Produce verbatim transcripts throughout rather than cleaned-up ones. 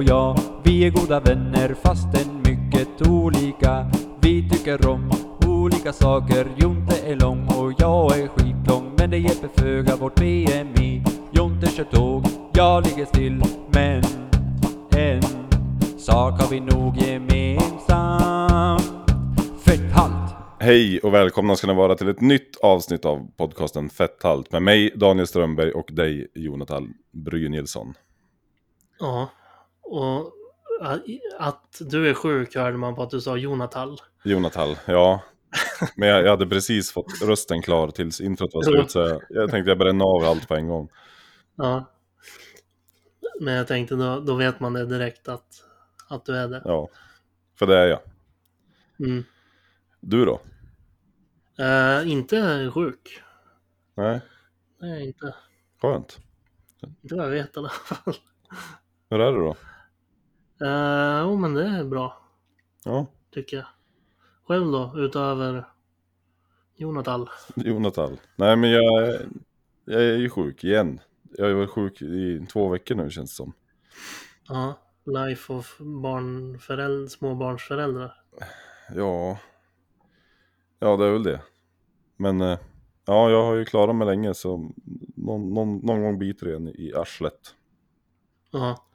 jag, vi är goda vänner fastän mycket olika. Vi tycker om olika saker. Jonte är lång och jag är skitlång, men det hjälper föga vårt B M I. Jonte kör tåg, jag ligger still, men en sak har vi nog gemensam: fetthalt. Hej och välkomna ska ni vara till ett nytt avsnitt av podcasten Fetthalt med mig Daniel Strömberg och dig Jonathan Brye Nilsson. Ja, och att du är sjuk hörde man på att du sa Jonathan. Jonathan, ja. Men jag, jag hade precis fått rösten klar tills introt var slut, så jag, jag tänkte jag bränna av allt på en gång. Ja, men jag tänkte då, då vet man det direkt att, att du är det. Ja, för det är jag. Mm. Du då? Uh, inte sjuk. Nej, Nej, inte. skönt. Inte vad jag vet i alla fall. Hur är det då? Uh, oh, men det är bra, Ja, tycker jag. Själv då, utöver Jonathan? Jonathan. Nej, men jag, är- jag är ju sjuk igen. Jag har varit sjuk i två veckor nu, känns det som. Ja, life of barnföräldrar, småbarnsföräldrar. Ja, ja det är väl det. Men eh, ja, jag har ju klarat mig länge, så någon, någon, någon gång biter det en i arslet. Ja.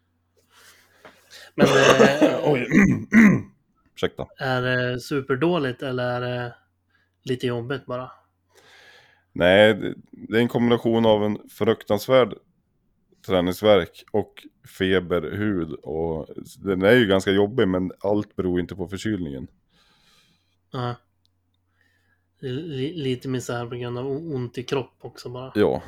Men eh, Oj. Ursäkta. är det superdåligt eller är det lite jobbigt bara? Nej, det, det är en kombination av en fruktansvärd träningsvärk och feberhud. Och den är ju ganska jobbig, men allt beror inte på förkylningen. Ja. L- lite misär på grund av o- ont i kropp också bara. Ja.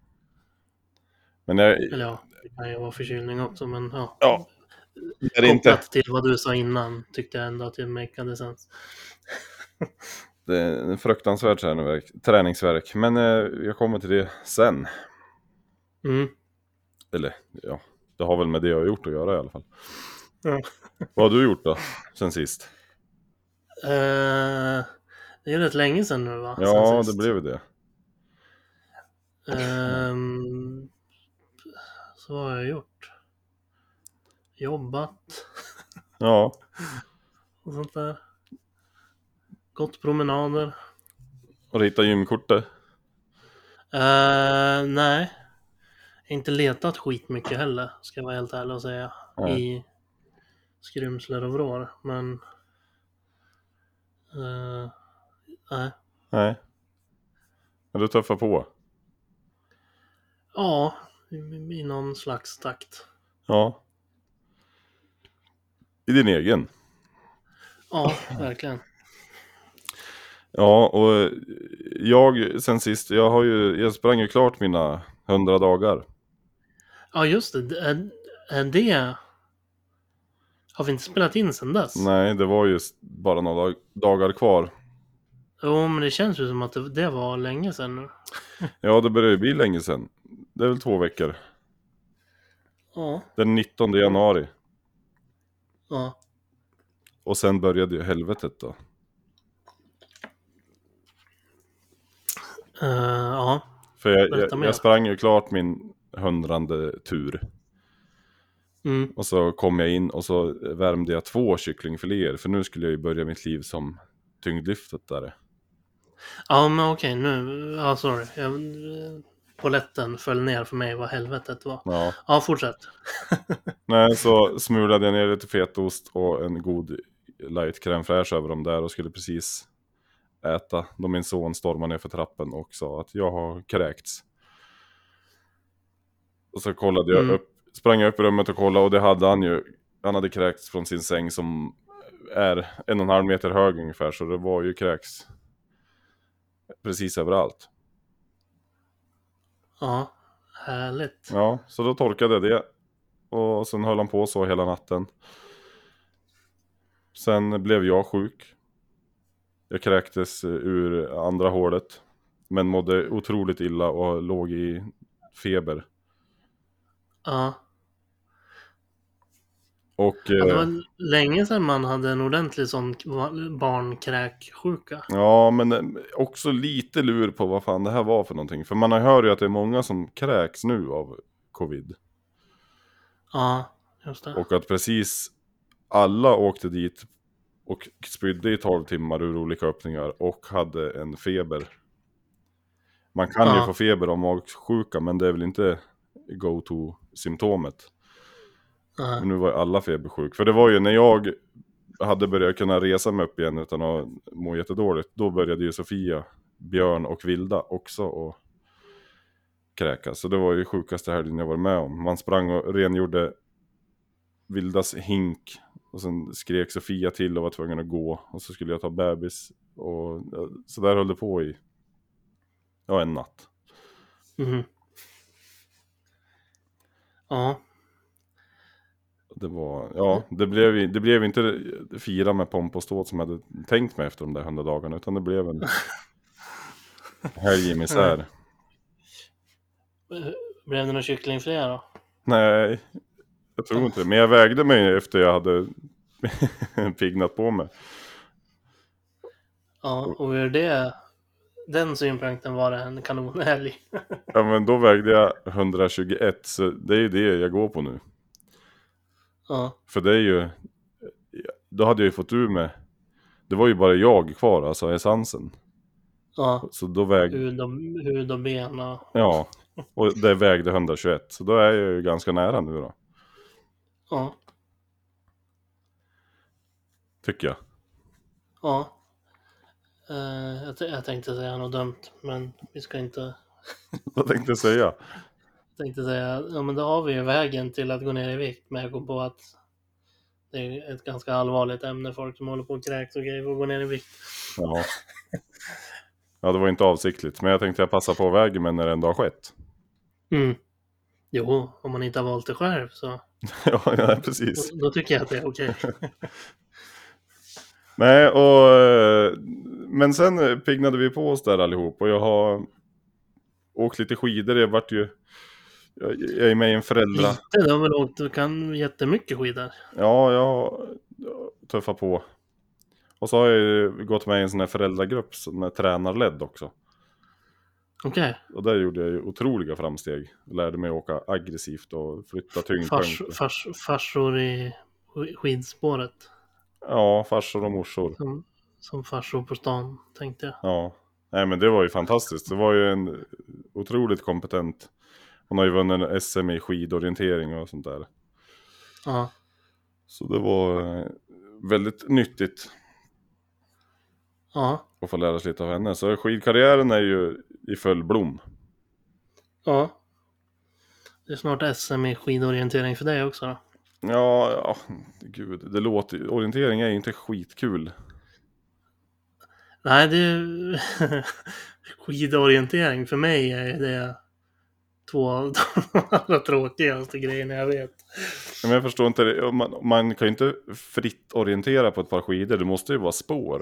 Men jag, Eller ja, det kan ju vara förkylning också, men ja. ja, det är Kopplat inte. till vad du sa innan tyckte jag ändå att det makade sens. Det är en fruktansvärd träningsvärk, träningsvärk. Men eh, jag kommer till det sen. Mm. Eller ja, det har väl med det jag har gjort att göra i alla fall. Ja. Vad har du gjort då, sen sist? Uh, det är rätt länge sedan nu, va? Ja, Sen det sist. blev ju det. Um, så vad har jag gjort? Jobbat Ja, och sånt där. Gått promenader. och hitta gymkortet. Uh, nej. Inte letat skitmycket heller, ska jag vara helt ärlig och säga. Nej. I skrymsler och vrår. Men uh, nej. Nej. Men du tuffar på. Ja, i, i någon slags takt. Ja. I din egen. Ja, verkligen. Ja, och jag sen sist, jag har ju, jag sprang ju klart mina hundra dagar. Ja, just det. Är, är det... Har vi inte spelat in sen dess? Nej, det var ju bara några dag- dagar kvar. Jo, men det känns ju som att det, det var länge sedan nu. Ja, det börjar ju bli länge sedan. Det är väl två veckor. Ja, Den nittonde januari. ja. Och sen började ju helvetet då. Uh, ja. För jag, Berätta jag, mer. jag sprang ju klart min hundrande tur. Mm. Och så kom jag in och så värmde jag två kycklingfiléer. För nu skulle jag ju börja mitt liv som tyngdlyftare. Ja, men okej, nu... Ja, sorry. Jag, poletten föll ner för mig vad helvetet var. Ja. Ja, fortsätt. Nej, så smulade jag ner lite fetost och en god light crème fraîche över dem där och skulle precis äta. Då min son stormade ner för trappen och sa att jag har kräkts. Och så kollade jag Mm. upp, sprang jag upp i rummet och kollade, och det hade han ju. Han hade kräkts från sin säng som är en och en halv meter hög ungefär, så det var ju kräks precis överallt. Ja, härligt. Ja, så då torkade jag det. Och sen höll han på så hela natten. Sen blev jag sjuk. Jag kräktes ur andra hålet. Men mådde otroligt illa och låg i feber. Ja. Och Ja, det eh, var länge sedan man hade en ordentlig sån barnkräksjuka. ja, men eh, också lite lur på vad fan det här var för någonting. För man har hört ju att det är många som kräks nu av covid. Ja, just det. Och att precis alla åkte dit och spydde i tolv timmar ur olika öppningar och hade en feber. Man kan Ja. ju få feber av magsjuka, men det är väl inte go-to-symptomet. Ja. Men nu var ju alla febersjuk. För det var ju när jag hade börjat kunna resa mig upp igen utan att må jättedåligt. Då började ju Sofia, Björn och Vilda också och kräkas. Så det var ju sjukaste helgen jag var med om. Man sprang och rengjorde Vildas hink. Och sen skrek Sofia till och var tvungen att gå. Och så skulle jag ta bebis. Och så där höll det på i ja, en natt. Mhm. Ja. Det var, ja, det blev, det blev inte fira med pomp och ståt som jag hade tänkt mig efter de där hundra dagarna. Utan det blev en helg i misär. Blev det någon kycklingfria då? Nej, jag tror inte det. Men jag vägde mig efter jag hade pignat på mig. Ja, och ur det, den synpunkten var det en kanonhelg. Ja, men då vägde jag hundratjugoett, så det är ju det jag går på nu. Ja, För det är ju, då hade jag ju fått ur med, det var ju bara jag kvar, alltså essensen. ja. Så då vägde, Hud och, hud och ben och... ja, och det vägde hundratjugoett. Så då är jag ju ganska nära nu då, Ja, tycker jag. ja. Eh, jag, t- jag tänkte säga något dumt, men vi ska inte... Vad tänkte jag säga? Jag tänkte säga, ja men då har vi ju vägen till att gå ner i vikt. Men jag kom på att det är ett ganska allvarligt ämne, folk som håller på och kräks och grejer för att gå ner i vikt. Ja. Ja, det var inte avsiktligt. Men jag tänkte jag passa på vägen men när det ändå har skett. Mm. Jo, om man inte har valt det själv så Ja, ja, precis. då, då tycker jag att det är okej. Nej, och men sen pignade vi på oss där allihop. Och jag har åkt lite skidor. Jag vart ju, jag, jag är med i en föräldra. Lite, du har väl åkt, du kan jättemycket skidor. Ja, jag tuffar på. Och så har jag ju gått med i en sån här föräldragrupp som är tränarledd också. Okej. Och där gjorde jag ju otroliga framsteg. Lärde mig åka aggressivt och flytta tyngdpunkter. Fars, fars, farsor i sk- skidspåret. Ja, farsor och morsor. Som, som farsor på stan, tänkte jag. Ja, nej men det var ju fantastiskt. Det var ju en otroligt kompetent. Hon har ju vunnit en S M i skidorientering och sånt där. Ja. Så det var eh, väldigt nyttigt Ja. att få lära sig lite av henne. Så skidkarriären är ju i full blom. Ja. Det är snart S M i skidorientering för dig också då. Ja, ja, gud. Det låter, orientering är ju inte skitkul. Nej, det är skidorientering för mig är det två av de allra tråkigaste grejerna jag vet. Men jag förstår inte det. Man, man kan ju inte fritt orientera på ett par skidor. Det måste ju vara spår.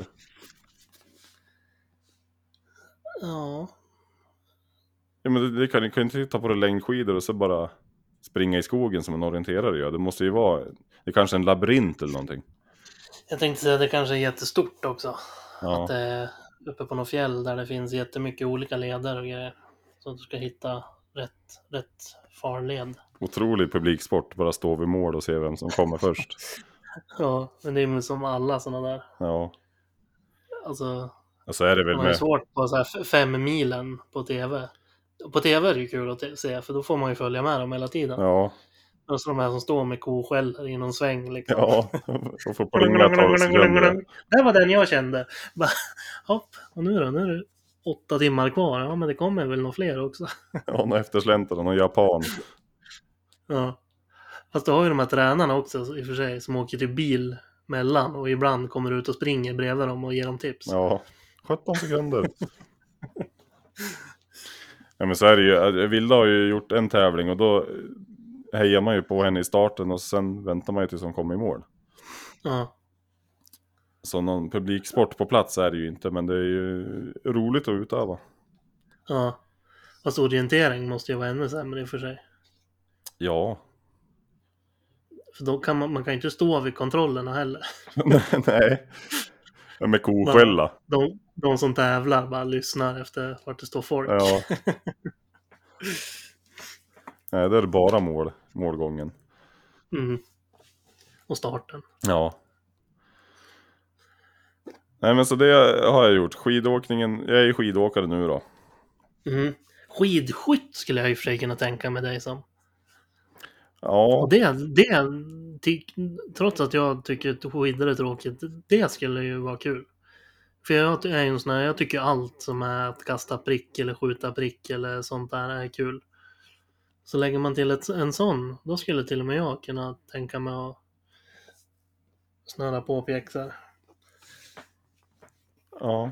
Ja. Ja, men det, det kan, kan ju inte ta på det längdskidor och så bara springa i skogen som en orienterare gör. Det måste ju vara, det är kanske en labyrint eller någonting. Jag tänkte säga att det kanske är jättestort också. Ja. Att det är uppe på något fjäll där det finns jättemycket olika leder och grejer. Så att du ska hitta rätt, rätt farled. Otrolig publiksport, bara stå vid mål och se vem som kommer först. Ja, men det är som alla sådana där. Ja, Alltså, och så är det väl man har ju med. svårt på så här f- fem milen på tv. På tv är det ju kul att te- se, för då får man ju följa med dem hela tiden. Ja, Och så de här som står med koskällor i någon sväng liksom. ja, och få plinga tolv sekunder. Det var den jag kände. Bara, hopp, och nu då? Nu är det åtta timmar kvar. Ja, men det kommer väl några fler också. Ja, någon eftersläntare, någon japan. Ja. Fast då har ju de här tränarna också i och för sig som åker till bil mellan och ibland kommer ut och springer bredvid dem och ger dem tips. Ja, sjutton sekunder. Ja, men så är det ju. Vilda har ju gjort en tävling och då hejar man ju på henne i starten och sen väntar man ju tills hon kommer i mål. Ja. Så någon publiksport på plats är det ju inte, men det är ju roligt att utöva. Ja. Fast orientering måste ju vara ännu sämre i och för sig. Ja. För då kan man, man kan inte stå vid kontrollerna heller. Nej. Med koskälla. De, de som tävlar bara lyssnar efter vart det står folk. Ja. Nej, det är bara mål, målgången. Mm. Och starten. Ja. Nej men så det har jag gjort. Skidåkningen, jag är ju skidåkare nu då. Mm. Skidskytt skulle jag i och för sig kunna tänka mig dig som. Ja. Och det, det ty, trots att jag tycker att skidor är tråkigt, det skulle ju vara kul. För jag är ju en sån här, jag tycker allt som är att kasta prick eller skjuta prick eller sånt där är kul. Så lägger man till ett, en sån, då skulle till och med jag kunna tänka mig att snöra på pjäxor. Ja.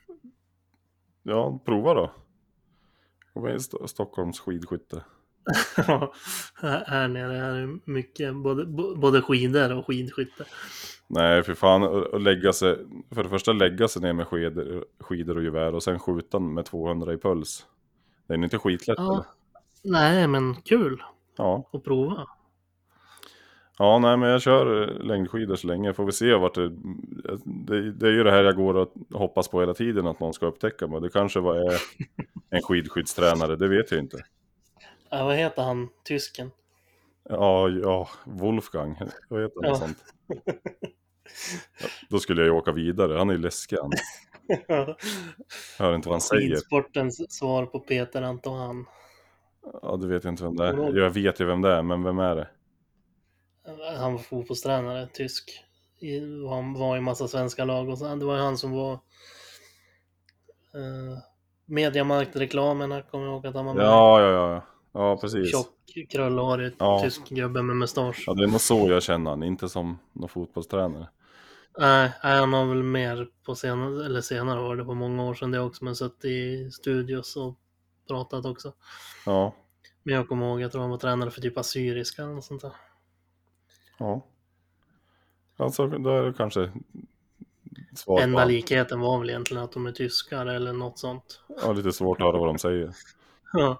Ja, prova då. Vad är St- Stockholms skidskytte? här, här nere är det mycket, både, både skidor och skidskytte. Nej, för fan, att lägga sig, för det första lägga sig ner med skidor, skidor och gevär och sen skjuta med tvåhundra i puls. Det är inte skitlätt Ja, eller? nej men kul Ja. att prova. Ja, nej men jag kör längdskidor så länge. Får vi se vart det, det... Det är ju det här jag går och hoppas på hela tiden, att någon ska upptäcka mig. Det kanske var är en skidskyddstränare, det vet jag inte. Ja, vad heter han, tysken? Ja, ja, Wolfgang. Vad heter han Ja. sånt? Ja, då skulle jag ju åka vidare, han är ju läskig han. Hör inte vad han säger. Skidsportens svar på Peter Antoine. Ja, det vet jag inte vem det är. Jag vet ju vem det är, men vem är det? Han var fotbollstränare, tysk. Han var i massa svenska lag och så, det var ju han som var uh, Mediamarkt-reklamerna, kommer jag ihåg att han var med. Ja, ja, ja. Ja, precis. Tjock, kröllhårig, ja. tysk gubbe med mustasch. Ja, det är nog så jag känner han, inte som någon fotbollstränare. Nej, han har väl mer på senare, eller senare var det på många år sedan det också, men suttit i studios och pratat också. Ja. Men jag kommer ihåg, jag tror han var tränare för typ assyriska eller något sånt där. Ja. Alltså, då är det kanske svårt. Enda likheten var väl egentligen att de är tyskar eller något sånt. Ja, lite svårt att höra vad de säger. Ja.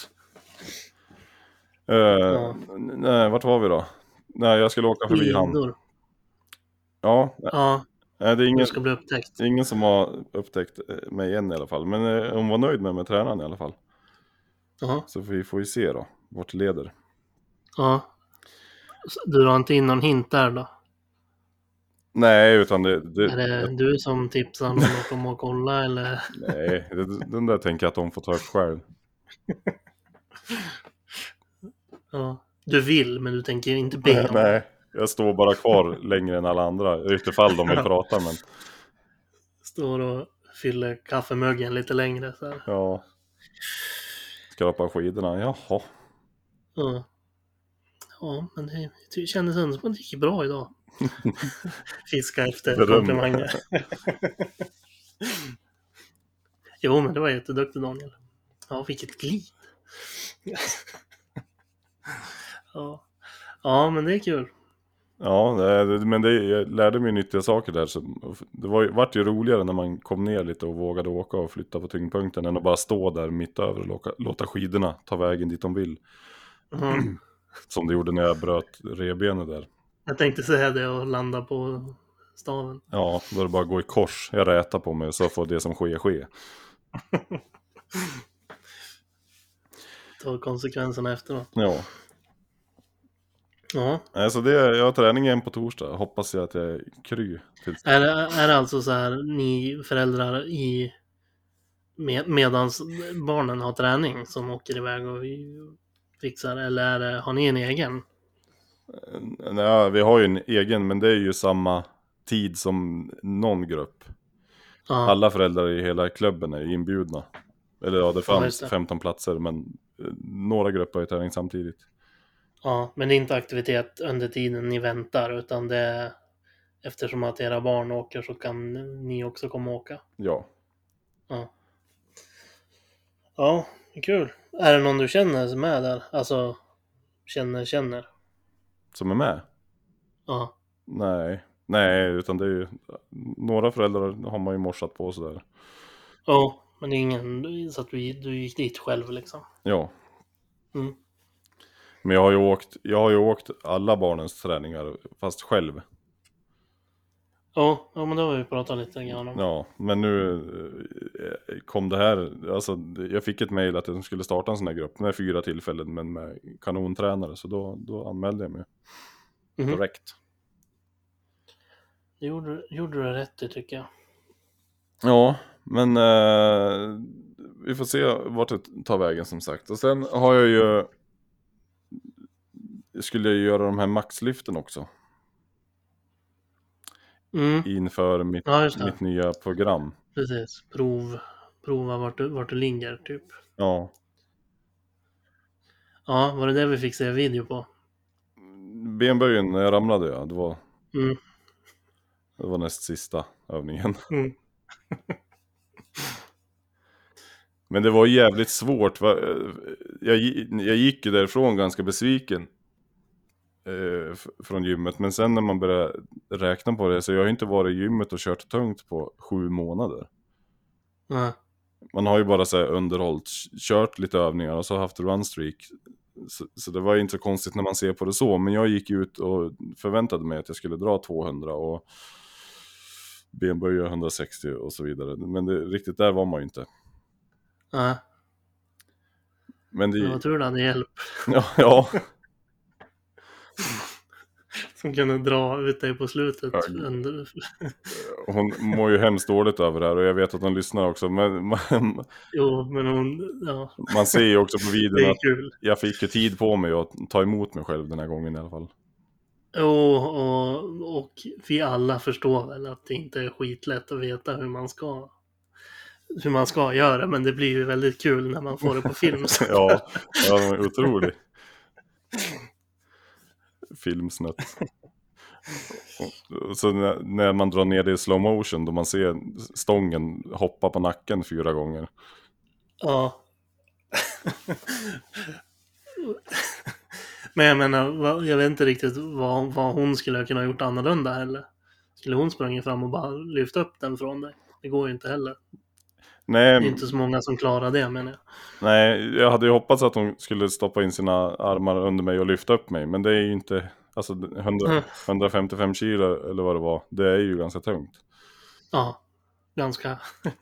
Uh, ja. Nej, vart var vi då? Nej, jag skulle åka förbi han. Ja. Ja. Nej, det är ingen, du ska bli upptäckt. ingen som har upptäckt mig än i alla fall. Men eh, hon var nöjd med mig, tränaren i alla fall. Ja. Så vi får ju se då, vart det leder. Ja. Du har inte in någon hint där då? Nej, utan det... det är det jag... du som tipsar om att komma och kolla eller? Nej, det, den där tänker jag att de får ta upp själv. Ja. Du vill, men du tänker inte be nej, nej, jag står bara kvar längre än alla andra. Utifall de vill prata, men... Står och fyller kaffemuggen lite längre så här. Ja. Skrapa skidorna, jaha. Ja. Ja, men det, det kändes ändå som att det gick bra idag. Fiska efter Beröm. komplimanger. Jo, men det var jätteduktig Daniel. Ja, vilket glid. ja. ja, men det är kul. Ja, det, men det, jag lärde mig nyttiga saker där. Så det var, vart ju roligare när man kom ner lite och vågade åka och flytta på tyngdpunkten än att bara stå där mitt över och låta, låta skidorna ta vägen dit de vill. Mm. Som det gjorde när jag bröt revbenet där. Jag tänkte säga det och landa på staven. Ja, då är det bara att gå i kors. Jag rätar på mig så får det som sker ske. Ta konsekvenserna efteråt. Ja. Ja. Alltså det, jag har träning igen på torsdag. Hoppas jag att jag är kry. Tills... Är, det, är det alltså så här ni föräldrar i med, medans barnen har träning som åker iväg och fixar, eller är det, har ni en egen? Nej, vi har ju en egen, men det är ju samma tid som någon grupp. Ja. Alla föräldrar i hela klubben är inbjudna. Eller ja, det fanns ja, det. femton platser, men några grupper har ju träning samtidigt. Ja, men det är inte aktivitet under tiden ni väntar, utan det är eftersom att era barn åker så kan ni också komma och åka. Ja. Ja. Ja, kul. Är det någon du känner som är där? Alltså, känner, känner? Som är med? Ja. Nej. Nej, utan det är ju... Några föräldrar har man ju morsat på sådär. Ja, men det är ingen... Så att du, du gick dit själv liksom. Ja. Mm. Men jag har ju åkt... Jag har ju åkt alla barnens träningar, fast själv. Ja, ja, men då har vi pratat lite grann om. Ja, men nu eh, kom det här, alltså jag fick ett mejl att de skulle starta en sån här grupp med fyra tillfällen men med kanontränare, så då, då anmälde jag mig Mhm. direkt. Det gjorde, gjorde du rätt i, tycker jag. Ja, men eh, vi får se vart det tar vägen som sagt. Och sen har jag ju, skulle jag göra de här maxlyften också Mm. inför mitt, Ja, just det. mitt nya program. Precis. Prov, prova vart du, vart du ligger, typ. Ja, Ja, var det det vi fick se video på? benböjen när jag ramlade, ja, det var, Mm. det var näst sista övningen. Mm. Men det var jävligt svårt. Va? Jag, jag gick ju därifrån ganska besviken eh, f- från gymmet. Men sen när man började räkna på det, så jag har inte varit i gymmet och kört tungt på sju månader. Ja. Man har ju bara så här underhållit, kört lite övningar och så haft runstreak. Så, så det var inte så konstigt när man ser på det så. Men jag gick ut och förväntade mig att jag skulle dra tvåhundra och benböja etthundrasextio och så vidare. Men det, riktigt där var man ju inte. Ja. Men Det var det, tur du hade hjälp. ja, ja. Som kunde dra ut dig på slutet. Ja. Under... Hon mår ju hemskt dåligt över det här och jag vet att hon lyssnar också. Men man, Jo, men hon... Ja, man ser ju också på det videon är att kul. jag fick ju tid på mig att ta emot mig själv den här gången i alla fall. Jo, och, och vi alla förstår väl att det inte är skitlätt att veta hur man ska hur man ska göra, men det blir ju väldigt kul när man får det på film. Så. Ja, ja, det var otroligt. Filmsnutt. Och så när, när man drar ner det i slow motion då man ser stången hoppa på nacken fyra gånger. Ja. Men jag menar, vad- jag vet inte riktigt vad, vad hon skulle kunna ha gjort annorlunda heller. Skulle hon sprungit fram och bara lyft upp den från dig? Det går ju inte heller. Nej, Det är inte så många som klarar det, menar jag. nej, jag hade ju hoppats att hon skulle stoppa in sina armar under mig och lyfta upp mig. Men det är ju inte, alltså hundra, Mm. hundrafemtiofem kilo eller vad det var, det är ju ganska tungt. Ja, ganska.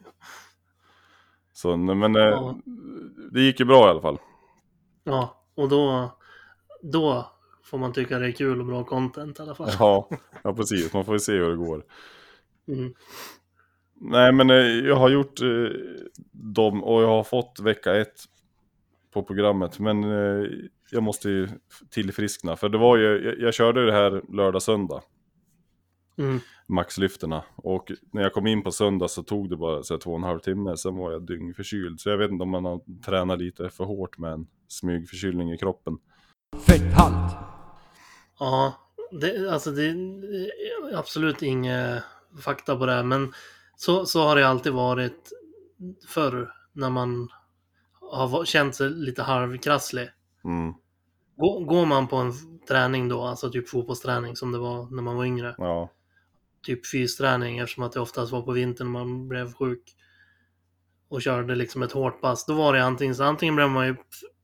Så, men eh, Ja. det gick ju bra i alla fall. Ja, och då, då får man tycka det är kul och bra content i alla fall. Ja, ja, precis. Man får ju se hur det går. Mm. Nej, men eh, jag har gjort eh, dem och jag har fått vecka ett på programmet. Men eh, jag måste ju tillfriskna. För det var ju, jag, jag körde det här lördag söndag. Mm. Maxlyfterna. Och när jag kom in på söndag så tog det bara så här, två och en halv timme. Sen var jag dyngförkyld. Så jag vet inte om man har tränat lite för hårt med en smygförkylning i kroppen. Fetthalt. Ja, det, alltså det är absolut inga fakta på det här, men så, så har det alltid varit förr när man har va- känt sig lite halvkrasslig. Mm, Går, går man på en träning då, alltså typ fotbollsträning som det var när man var yngre, ja. typ fysträning eftersom att det oftast var på vintern när man blev sjuk och körde liksom ett hårt pass, då var det antingen så antingen blev man ju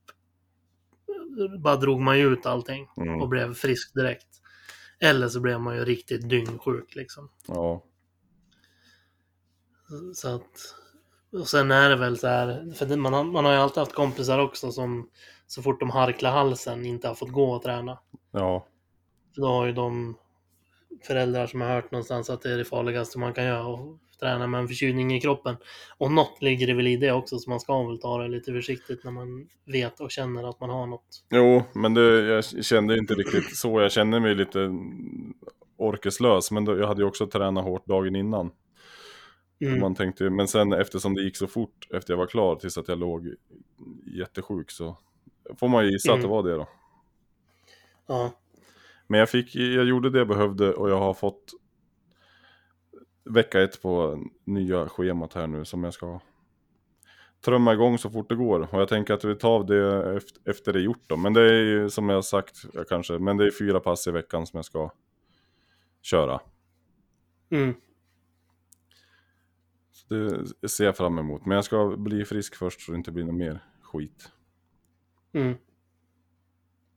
bara drog man ju ut allting Mm, och blev frisk direkt. Eller så blev man ju riktigt dyngsjuk liksom. ja. Så att, och sen är det väl så här, för det- man har, man har ju alltid haft kompisar också som så fort de harklar halsen inte har fått gå och träna. Ja. För då har ju de föräldrar som har hört någonstans att det är det farligaste man kan göra och träna med en förkylning i kroppen. Och något ligger det väl i det också, så man ska väl ta det lite försiktigt när man vet och känner att man har något. Jo, men det, jag kände inte riktigt så. Jag kände mig lite orkeslös. Men då, jag hade ju också tränat hårt dagen innan. Mm. Man tänkte, men sen eftersom det gick så fort efter jag var klar tills att jag låg jättesjuk så får man ju gissa Mm. att det var det då. Ja. Men jag, fick, jag gjorde det jag behövde och jag har fått vecka ett på nya schemat här nu som jag ska trömma igång så fort det går. Och jag tänker att vi tar av det efter, efter det är gjort då. Men det är ju som jag har sagt jag kanske, men det är fyra pass i veckan som jag ska köra. Mm. Så det ser jag fram emot. Men jag ska bli frisk först så det inte blir något mer skit. Mm.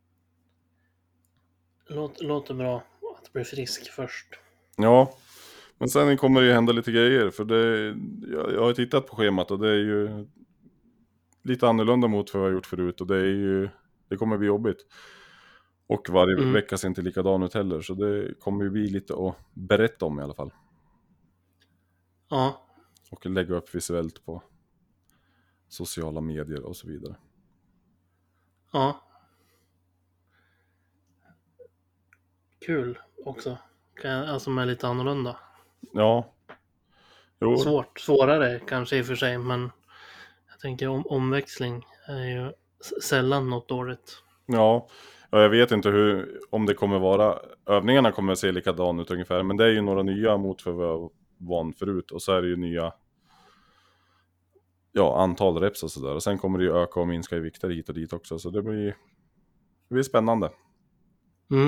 Låt, låter bra att bli frisk först. Ja, Men sen kommer det ju hända lite grejer, för det, jag, jag har tittat på schemat och det är ju lite annorlunda mot vad jag har gjort förut, och det är ju, det kommer bli jobbigt. Och varje Mm. vecka ser inte likadan ut heller, så det kommer ju bli lite att berätta om i alla fall. Ja. Och lägga upp visuellt på sociala medier och så vidare. Ja. Kul också. Kan jag- Alltså med lite annorlunda. Ja. Jo. Svårt. Svårare kanske i och för sig, men jag tänker om, omväxling är ju s- sällan något dåligt. Ja. Ja, jag vet inte hur, om det kommer vara, övningarna kommer att se likadan ut ungefär, men det är ju några nya mot för vad jag van förut, och så är det ju nya, ja, antal reps och sådär, och sen kommer det ju öka och minska i vikter hit och dit också, så det blir, det blir spännande. Mm.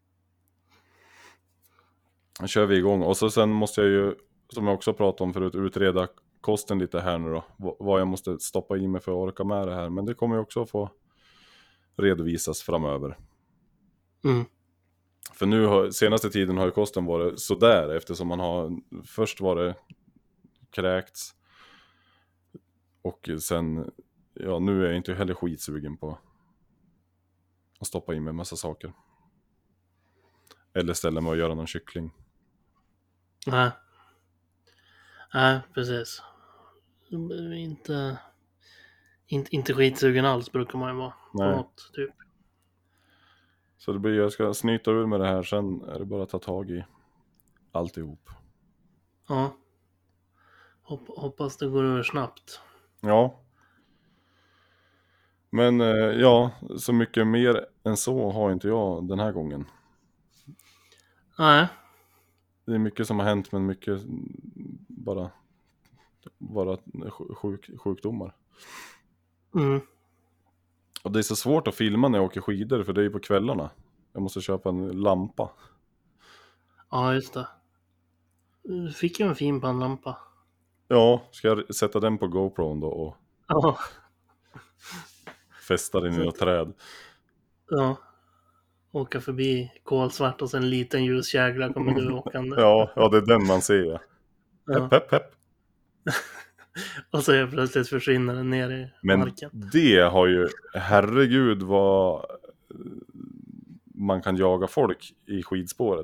Då kör vi igång, och så sen måste jag ju, som jag också pratade om förut, utreda kosten lite här nu då, v- vad jag måste stoppa i mig för att orka med det här, men det kommer ju också få redovisas framöver. Mm. För nu har, senaste tiden har ju kosten varit sådär, eftersom man har, först var det kräkts, och sen, ja, nu är jag inte heller skitsugen på att stoppa i mig massa saker. Eller ställa mig och göra någon kyckling. Nej. Nej, precis. Inte, inte, inte skitsugen alls brukar man ju vara. På Nej. något, typ. Så det blir, jag ska snyta ur med det här, sen är det bara att ta tag i alltihop. Ja. Hopp, hoppas det går över snabbt. Ja. Men eh, ja, så mycket mer än så har inte jag den här gången. Nej. Det är mycket som har hänt, men mycket bara, bara sjuk, sjukdomar. Mm. Och det är så svårt att filma när jag åker skidor, för det är ju på kvällarna. Jag måste köpa en lampa. Ja, just det. Du fick ju en fin pannlampa. Ja, ska jag sätta den på GoPro då och Ja. fästa den i något träd? Ja. Åka förbi kolsvart och sen en liten ljuskägla kommer du åkande. Ja, ja, det är den man ser. Ja. Hepp, hepp, hepp. Och så helt plötsligt försvinner den ner i Men marken. det har ju, herregud vad man kan jaga folk i skidspåret.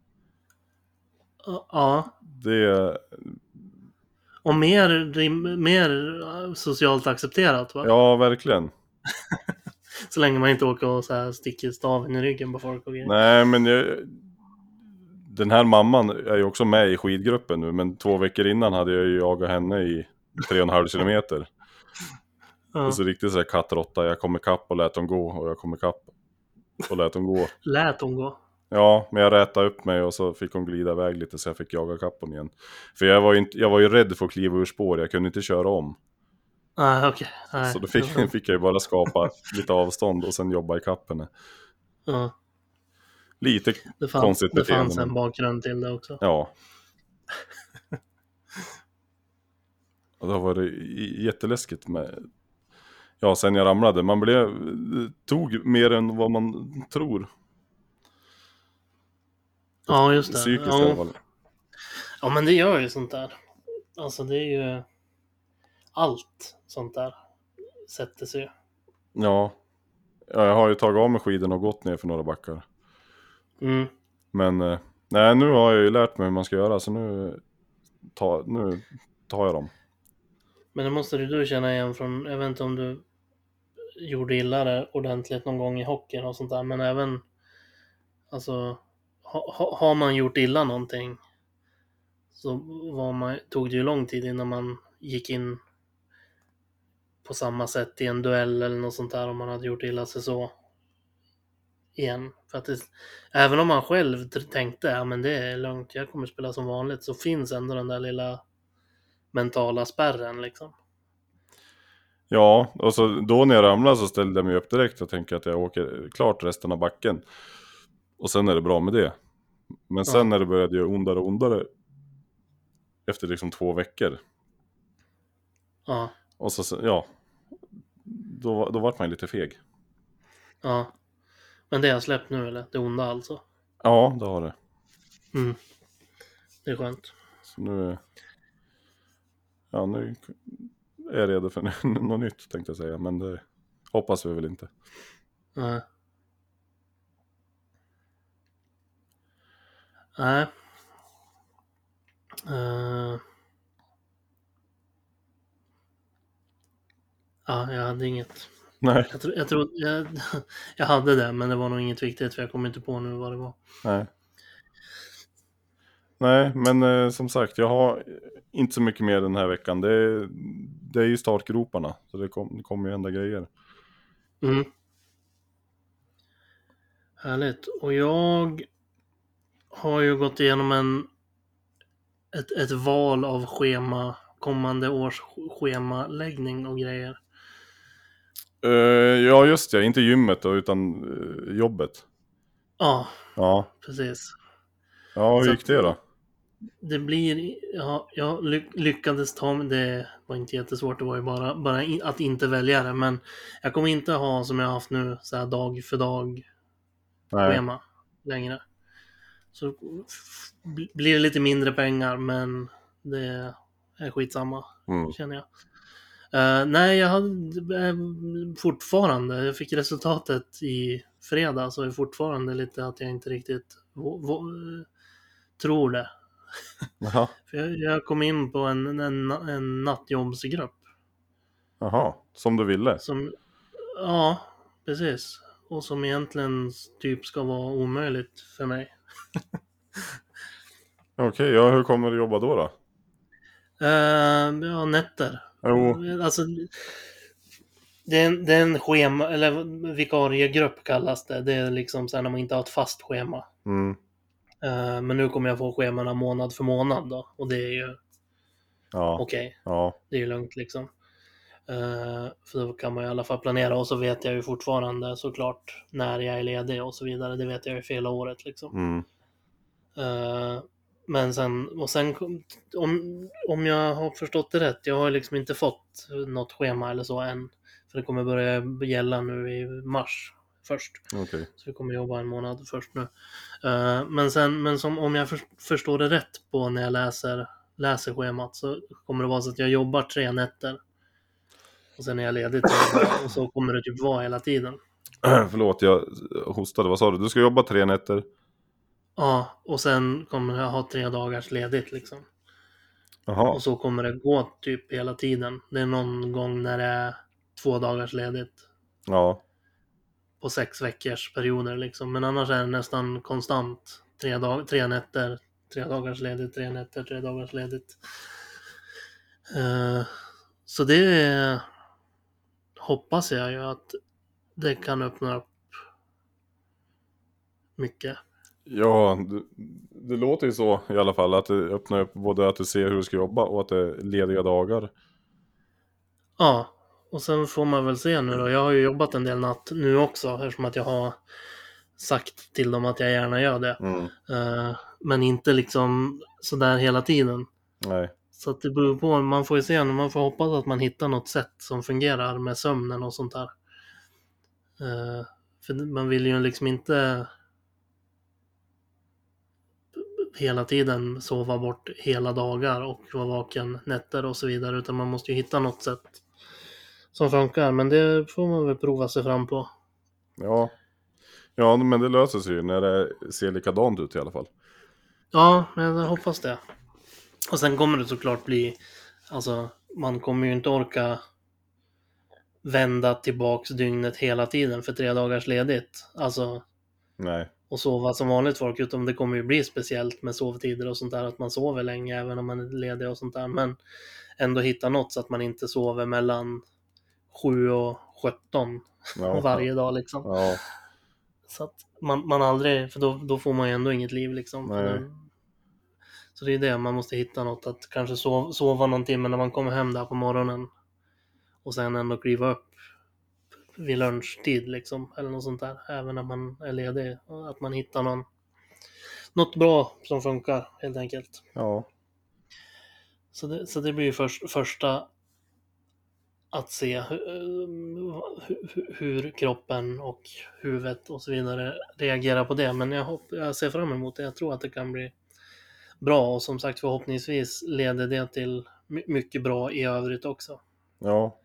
Ja. Det, Och mer, rim- mer socialt accepterat, va? ja, verkligen. Så länge man inte åker och så här sticker staven i ryggen på folk och grejer. Nej, men jag, den här mamman är ju också med i skidgruppen nu, men två veckor innan hade jag ju jagat henne i tre och en halv kilometer. Ja. Och så riktigt så här kattråtta, jag kom ikapp och lät hon gå, och jag kom ikapp och lät hon gå. Lät hon gå? Ja, men jag rätade upp mig och så fick hon glida iväg lite, så jag fick jaga ikapp hon igen. För jag var ju, inte, jag var ju rädd för att kliva ur spår, jag kunde inte köra om. Nej, okej. Nej. Så då fick, fick jag ju bara skapa lite avstånd och sen jobba ikapp henne. Ja. Lite Det fanns, konstigt det beteende, fanns en men- bakgrund till det också. Ja. Och då var det j- jätteläskigt med... Ja, sen jag ramlade. Man blev... tog mer än vad man tror. Ja, just det. Psykiskt i alla Ja. fall. Ja, men det gör ju sånt där. Alltså det är ju... Allt sånt där sätter sig. Ja. Ja, jag har ju tagit av mig skidorna och gått ner för några backar. Mm. Men... eh, Nej, nu har jag ju lärt mig hur man ska göra. Så nu... Ta, nu tar jag dem. Men det måste du känna igen från... Jag vet inte om du gjorde illa det ordentligt någon gång i hockeyn och sånt där. Men även... Alltså... Ha, ha, har man gjort illa någonting så var man, tog det ju lång tid innan man gick in på samma sätt i en duell eller något sånt där, om man hade gjort illa sig så igen. För att det, även om man själv tänkte ja men det är lugnt, jag kommer spela som vanligt, så finns ändå den där lilla mentala spärren liksom. Ja, och så då när jag ramlade så ställde jag mig upp direkt och tänkte att jag åker klart resten av backen. Och sen är det bra med det. Men sen Ja. när det började göra ondare och ondare efter liksom två veckor. Ja, Och så, ja, då, då vart man lite feg. ja. Men det har släppt nu eller? Det onda alltså? Ja, det har det. Mm. Det är skönt. Så nu, ja, nu är jag redo för något nytt tänkte jag säga, men det hoppas vi väl inte. Nej. Nej. Uh... Ja, jag hade inget. Nej. Jag, tro, jag, tro, jag, jag hade det, men det var nog inget viktigt för jag kom inte på nu vad det var. Nej. Nej, men eh, som sagt, jag har inte så mycket mer den här veckan. Det, det är ju startgroparna, så det, kom, det kommer ju hända grejer. Mm. Härligt. Och jag har ju gått igenom en ett, ett val av schema, kommande års schemaläggning och grejer. Uh, ja, just det. Inte gymmet då, utan uh, jobbet. Ja, Ja. precis. Ja, hur Så gick det då? Det blir, ja, jag lyckades ta, det var inte jättesvårt, det var ju bara, bara att inte välja det, men jag kommer inte ha som jag har haft nu, så här dag för dag schema längre. Så blir det lite mindre pengar, men det är skitsamma, mm. känner jag. Uh, nej, jag hade uh, fortfarande, jag fick resultatet i fredag, så är fortfarande lite att jag inte riktigt v- v- tror det. Jaha. För jag, jag kom in på en, en, en nattjobbsgrupp. Jaha, som du ville? Som, ja, precis. Och som egentligen typ ska vara omöjligt för mig. Okej, okay, ja, hur kommer du jobba då då? Uh, ja, nätter. Jo. Alltså, det är, en, det är en schema, eller vikariegrupp kallas det. Det är liksom så här när man inte har ett fast schema. Mm. Uh, men nu kommer jag få schemana månad för månad då. Och det är ju ja. okej. Okay. Ja. Det är ju lugnt liksom. Uh, för då kan man i alla fall planera. Och så vet jag ju fortfarande såklart när jag är ledig och så vidare. Det vet jag ju för hela året liksom. Mm. Uh, men sen, och sen om, om jag har förstått det rätt, jag har liksom inte fått något schema eller så än. För det kommer börja gälla nu i mars först. Okay. Så vi kommer jobba en månad först nu. Uh, men sen, men som, om jag för, förstår det rätt på när jag läser, läser schemat, så kommer det vara så att jag jobbar tre nätter. Och sen är jag ledig tre dagar, och så kommer det typ vara hela tiden. Förlåt, jag hostade. Vad sa du? Du ska jobba tre nätter? Ja, och sen kommer jag ha tre dagars ledigt liksom. Aha. Och så kommer det gå typ hela tiden. Det är någon gång när det är två dagars ledigt. Ja. På sex veckors perioder liksom. Men annars är det nästan konstant. Tre, dag- tre nätter, tre dagars ledigt, tre nätter, tre dagars ledigt. Uh, så det hoppas jag ju att det kan öppna upp mycket. Ja, det, det låter ju så i alla fall, att det öppnar upp både att du ser hur du ska jobba och att det är lediga dagar. Ja, och sen får man väl se nu då. Jag har ju jobbat en del natt nu också, eftersom att jag har sagt till dem att jag gärna gör det. Mm. Uh, men inte liksom sådär hela tiden. Nej. Så att det beror på, man får ju se, man får hoppas att man hittar något sätt som fungerar med sömnen och sånt där. Uh, för man vill ju liksom inte hela tiden sova bort hela dagar och vara vaken nätter och så vidare, utan man måste ju hitta något sätt som funkar, men det får man väl prova sig fram på. Ja, ja men det löser sig ju när det ser likadant ut i alla fall. Ja, men jag hoppas det. Och sen kommer det såklart bli, alltså man kommer ju inte orka vända tillbaks dygnet hela tiden för tre dagars ledigt. Alltså, nej. Och sova som vanligt folk, utan det kommer ju bli speciellt med sovtider och sånt där, att man sover länge även om man är ledig och sånt där, men ändå hitta något så att man inte sover mellan sju och sjutton Ja. varje dag liksom. Ja. Så att man, man aldrig, för då, då får man ju ändå inget liv liksom. Nej. Så det är det, man måste hitta något att kanske sova, sova någon timme när man kommer hem där på morgonen och sen ändå kliva upp vid lunchtid liksom, eller något sånt där, även när man är ledig, att man hittar någon något bra som funkar helt enkelt. Ja. Så det, så det blir ju först, första att se hur, hur, hur kroppen och huvudet och så vidare reagerar på det, men jag, hopp, jag ser fram emot det. Jag tror att det kan bli bra. Och som sagt, förhoppningsvis leder det till my- mycket bra i övrigt också. Ja.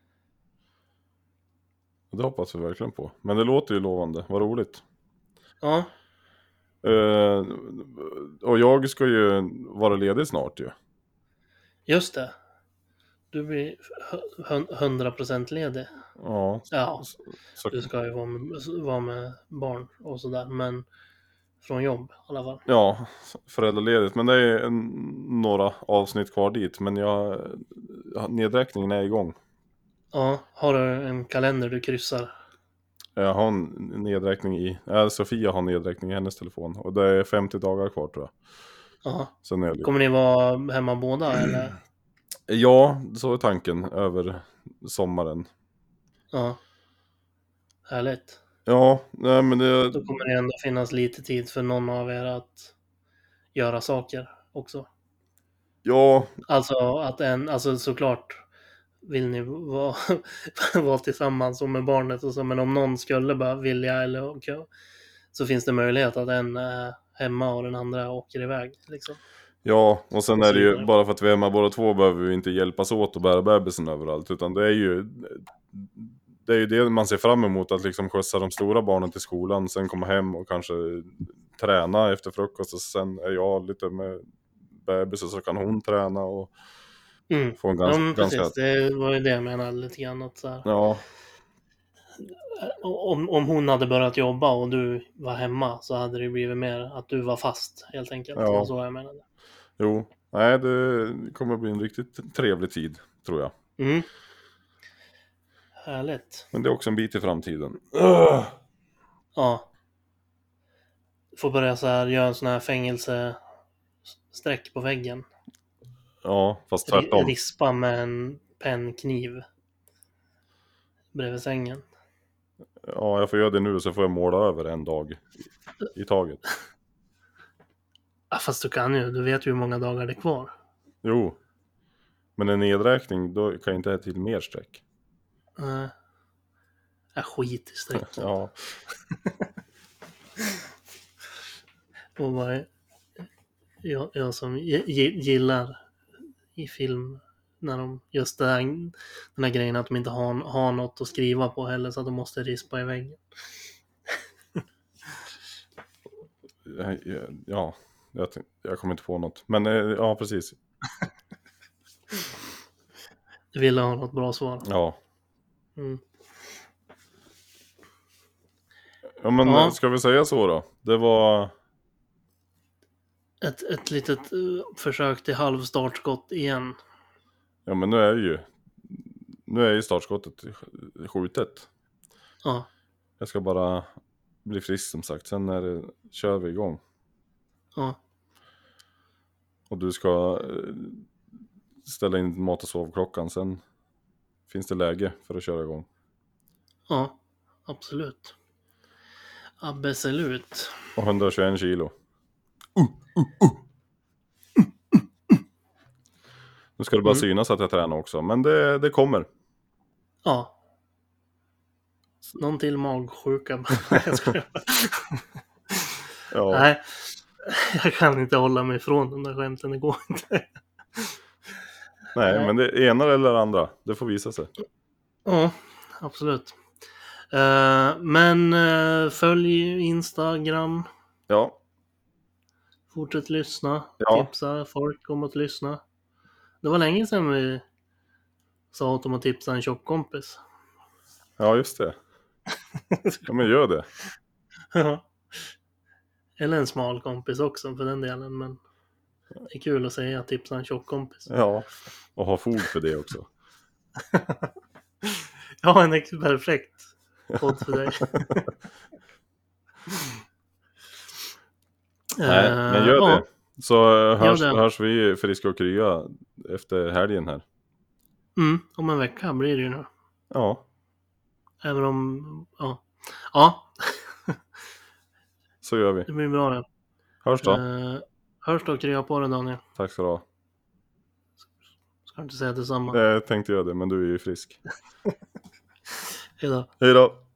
Det hoppas vi verkligen på. Men det låter ju lovande, vad roligt. Ja, Uh, och jag ska ju vara ledig snart ju. just det. Du blir hundra procent ledig. Ja. Ja, Så, så, du ska ju vara med, vara med barn och sådär. Men från jobb i alla fall. ja, föräldraledigt. Men det är en, några avsnitt kvar dit. Men jag, nedräkningen är igång. Ja, har du en kalender du kryssar? Jag har en nedräkning i, äh, Sofia har nedräkning i hennes telefon. Och det är femtio dagar kvar tror jag. Ja. Sen är det... Kommer ni vara hemma båda eller? Ja, så är tanken över sommaren. Ja. Härligt. Ja, nej men det... Då kommer det ändå finnas lite tid för någon av er att göra saker också. Ja, Alltså att en, alltså såklart vill ni vara, vara tillsammans och med barnet och så, men om någon skulle bara vilja eller okay, så finns det möjlighet att en är hemma och den andra åker iväg liksom. ja, och sen Och så är det ju vidare. bara för att vi är hemma båda två behöver vi inte hjälpas åt och bära bebisen överallt, utan det är ju det är ju det man ser fram emot, att liksom skjutsa de stora barnen till skolan, sen komma hem och kanske träna efter frukost och sen är jag lite med bebis och så kan hon träna och Mm. få en Ja, ganska... men precis, ganska... det var ju det jag menade lite grann att så här, Ja, om, om hon hade börjat jobba och du var hemma så hade det blivit mer att du var fast helt enkelt. Ja. Det var så jag menade. jo, nej det kommer bli en riktigt trevlig tid, tror jag. Mm. Härligt. Men det är också en bit i framtiden. Ja. Får börja så här, göra en sån här fängelsesträck på väggen. Ja, fast Ri- tvärtom. Rispa med en pennkniv bredvid sängen. Ja, jag får göra det nu så får jag måla över en dag i, i taget. Ja, fast du kan ju, du vet ju hur många dagar det är kvar. Jo, men en nedräkning, då kan jag inte ha till mer streck. Nej. Äh, skit i strecken. Ja, Och bara, jag, jag som gi- gi- gillar i film när de, just det här, den här grejen att de inte har, har något att skriva på heller så att de måste rispa i väggen. jag, jag- ja jag, tänk- jag kommer inte på något. Men eh, ja, precis. Du ville ha något bra svar. Ja. Mm. Ja, men Ja. ska vi säga så då? Det var... Ett, ett litet uh, försök till halvstartskott igen. Ja, men nu är ju... Nu är ju startskottet skjutet. Ja. Jag ska bara bli frisk som sagt. Sen är det, kör vi igång. Ja. Och du ska eh, ställa in mat- och sovklockan. Sen finns det läge för att köra igång. Ja. Absolut. Absolut. Och hundratjugoett kilo. Nu ska det bara Mm. synas att jag tränar också. Men det, det kommer. Ja. Någon till magsjuka. Nej, jag skojar. Ja. Nej. Jag kan inte hålla mig ifrån de där skämten. Det går inte. Nej, Nej. men det ena eller det andra. Det får visa sig. Ja, absolut. Eh, men uh, följ Instagram. Ja. Fortsätt lyssna. Ja. Tipsa folk om att lyssna. Det var länge sedan vi sa åt dem att tipsa en tjock kompis. Ja, just det. Ja, men gör det. Ja. Eller en smal kompis också för den delen. Men det är kul att säga att tipsa en tjock kompis. Ja. Och ha fog för det också. Ja, en ex- perfekt podd för dig. Nej, men gör Eh, det. Så eh, hörs, det. hörs vi friska och krya efter helgen här. Ja. Mm, om en vecka blir det ju nu. Ja. Även om, ja. Ja, Så gör vi. det blir bra det. Hörs då. Eh, hörs då, krya på dig Daniel. Tack ska du ha. Ska inte säga detsamma. Jag tänkte göra det, men du är ju frisk. Hejdå. Hej då.